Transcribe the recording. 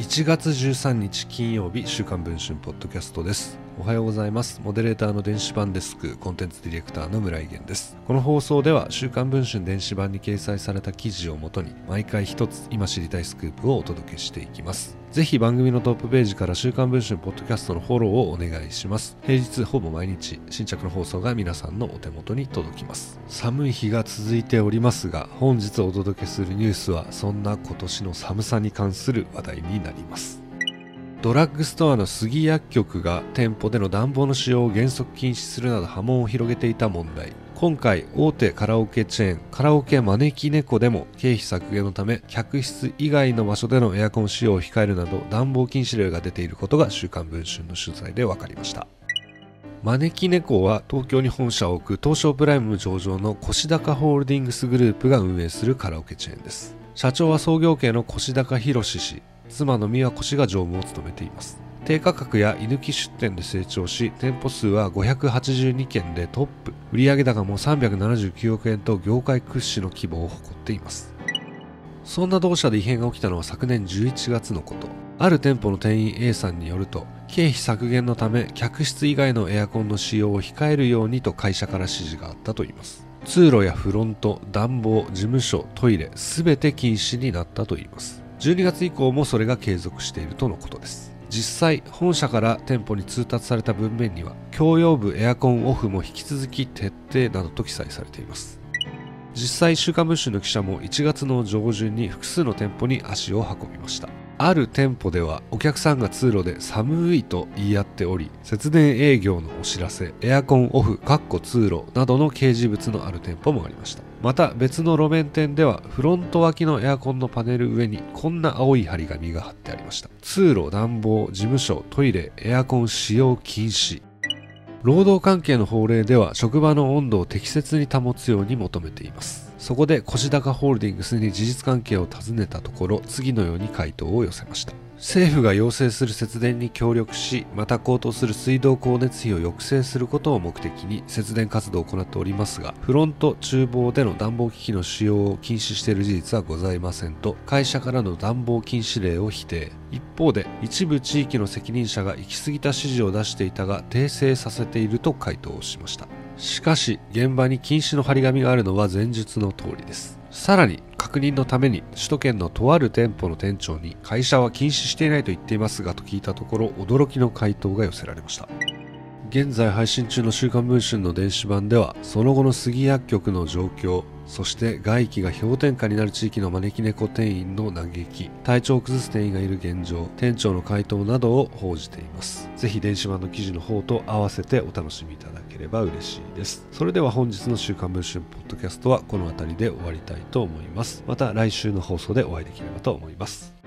1月13日金曜日、週刊文春ポッドキャストです。おはようございます。モデレーターの電子版デスクコンテンツディレクターの村井源です。この放送では週刊文春電子版に掲載された記事をもとに毎回一つ今知りたいスクープをお届けしていきます。ぜひ番組のトップページから週刊文春ポッドキャストのフォローをお願いします。平日ほぼ毎日新着の放送が皆さんのお手元に届きます。寒い日が続いておりますが、本日お届けするニュースはそんな今年の寒さに関する話題になります。ドラッグストアの杉薬局が店舗での暖房の使用を原則禁止するなど波紋を広げていた問題。今回大手カラオケチェーンカラオケ招き猫でも経費削減のため客室以外の場所でのエアコン使用を控えるなど暖房禁止令が出ていることが週刊文春の取材で分かりました。招き猫は東京に本社を置く東証プライム上場の越高ホールディングスグループが運営するカラオケチェーンです。社長は創業家の越高博氏、妻の美和子氏が常務を務めています。低価格や居抜き出店で成長し、店舗数は582件でトップ、売上高も379億円と業界屈指の規模を誇っています。そんな同社で異変が起きたのは昨年11月のこと。ある店舗の店員 A さんによると、経費削減のため客室以外のエアコンの使用を控えるようにと会社から指示があったといいます。通路やフロント、暖房、事務所、トイレ、すべて禁止になったといいます。12月以降もそれが継続しているとのことです。実際、本社から店舗に通達された文面には、共用部エアコンオフも引き続き徹底などと記載されています。実際、週刊文春の記者も1月の上旬に複数の店舗に足を運びました。ある店舗ではお客さんが通路で寒いと言い合っており、節電営業のお知らせ、エアコンオフ、通路などの掲示物のある店舗もありました。また別の路面店ではフロント脇のエアコンのパネル上にこんな青い張り紙が貼ってありました。通路、暖房、事務所、トイレ、エアコン使用禁止。労働関係の法令では職場の温度を適切に保つように求めています。そこで越高ホールディングスに事実関係を尋ねたところ、次のように回答を寄せました。政府が要請する節電に協力し、また高騰する水道光熱費を抑制することを目的に節電活動を行っておりますが、フロント、厨房での暖房機器の使用を禁止している事実はございませんと、会社からの暖房禁止令を否定。一方で、一部地域の責任者が行き過ぎた指示を出していたが訂正させていると回答をしました。しかし、現場に禁止の張り紙があるのは前述の通りです。さらに、確認のために首都圏のとある店舗の店長に会社は禁止していないと言っていますがと聞いたところ、驚きの回答が寄せられました。現在配信中の週刊文春の電子版では、その後の杉薬局の状況、そして外気が氷点下になる地域の招き猫店員の嘆き、体調を崩す店員がいる現状、店長の回答などを報じています。ぜひ電子版の記事の方と合わせてお楽しみいただければ嬉しいです。それでは本日の週刊文春ポッドキャストはこの辺りで終わりたいと思います。また来週の放送でお会いできればと思います。